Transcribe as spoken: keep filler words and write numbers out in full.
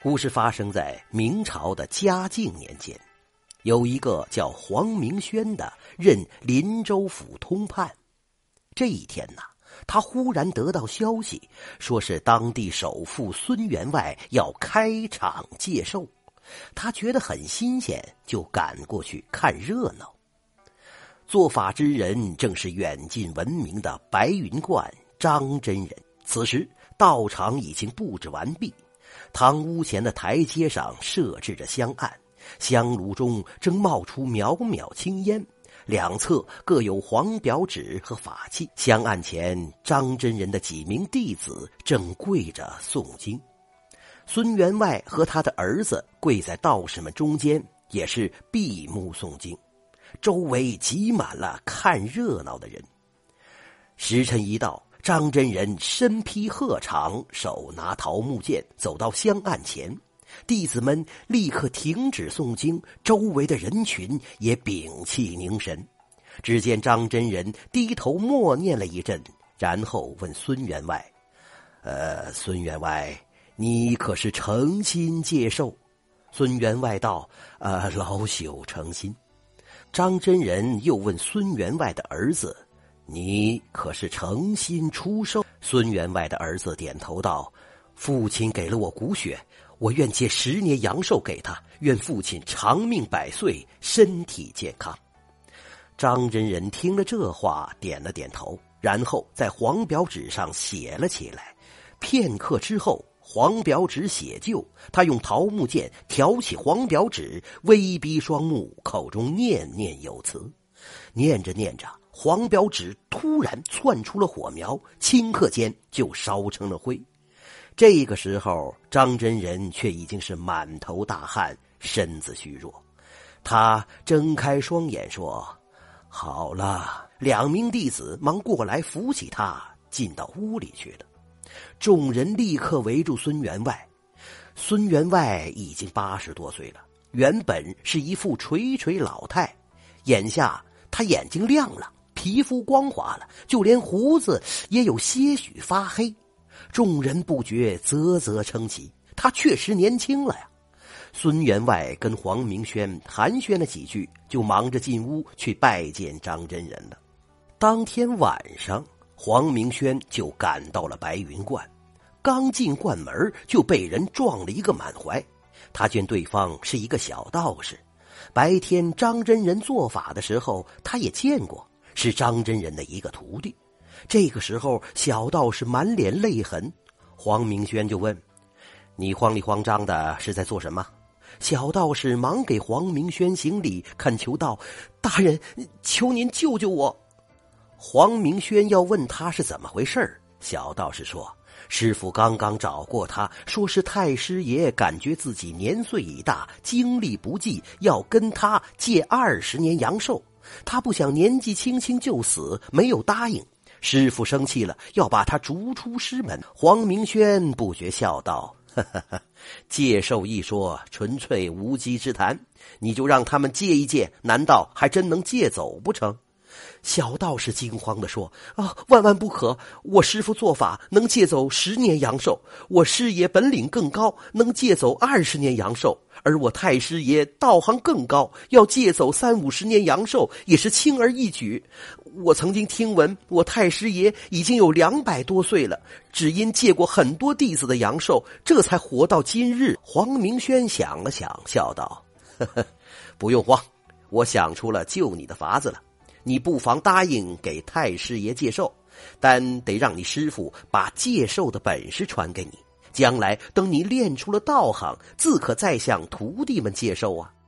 故事发生在明朝的嘉靖年间，有一个叫黄明轩的任林州府通判。这一天呢，他忽然得到消息，说是当地首富孙员外要开场借寿，他觉得很新鲜，就赶过去看热闹。做法之人正是远近闻名的白云观张真人。此时道场已经布置完毕，堂屋前的台阶上设置着香案，香炉中正冒出渺渺青烟，两侧各有黄表纸和法器。香案前，张真人的几名弟子正跪着诵经，孙员外和他的儿子跪在道士们中间，也是闭目诵经，周围挤满了看热闹的人。时辰一到，张真人身披鹤氅，手拿桃木剑，走到香案前，弟子们立刻停止诵经，周围的人群也屏气凝神。只见张真人低头默念了一阵，然后问孙员外：呃，孙员外，你可是诚心借寿？孙员外道：呃，老朽诚心。张真人又问孙员外的儿子：你可是诚心出售？孙员外的儿子点头道：父亲给了我骨血，我愿借十年阳寿给他，愿父亲长命百岁，身体健康。张真人听了这话，点了点头，然后在黄表纸上写了起来。片刻之后，黄表纸写就，他用桃木剑挑起黄表纸，微闭双目，口中念念有词。念着念着，黄表纸突然窜出了火苗，顷刻间就烧成了灰。这个时候，张真人却已经是满头大汗，身子虚弱。他睁开双眼说：好了。两名弟子忙过来扶起他，进到屋里去了。众人立刻围住孙员外。孙员外已经八十多岁了，原本是一副垂垂老态，眼下他眼睛亮了，皮肤光滑了，就连胡子也有些许发黑。众人不觉啧啧称奇，他确实年轻了呀。孙员外跟黄明轩寒暄了几句，就忙着进屋去拜见张真人了。当天晚上，黄明轩就赶到了白云观，刚进观门就被人撞了一个满怀。他见对方是一个小道士，白天张真人做法的时候他也见过，是张真人的一个徒弟。这个时候小道士满脸泪痕，黄明轩就问：你慌里慌张的是在做什么？小道士忙给黄明轩行礼，恳求道：大人，求您救救我。黄明轩要问他是怎么回事，小道士说：师父刚刚找过他，说是太师爷感觉自己年岁已大，精力不济，要跟他借二十年阳寿。他不想年纪轻轻就死，没有答应。师父生气了，要把他逐出师门。黄明轩不觉笑道：呵呵呵，借寿一说纯粹无稽之谈，你就让他们借一借，难道还真能借走不成？小道士惊慌地说：啊，万万不可！我师父做法能借走十年阳寿，我师爷本领更高，能借走二十年阳寿，而我太师爷道行更高，要借走三五十年阳寿也是轻而易举。我曾经听闻，我太师爷已经有两百多岁了，只因借过很多弟子的阳寿，这才活到今日。黄明轩想了想，笑道：呵呵，不用慌，我想出了救你的法子了。你不妨答应给太师爷借寿，但得让你师父把借寿的本事传给你，将来等你练出了道行，自可再向徒弟们借寿啊。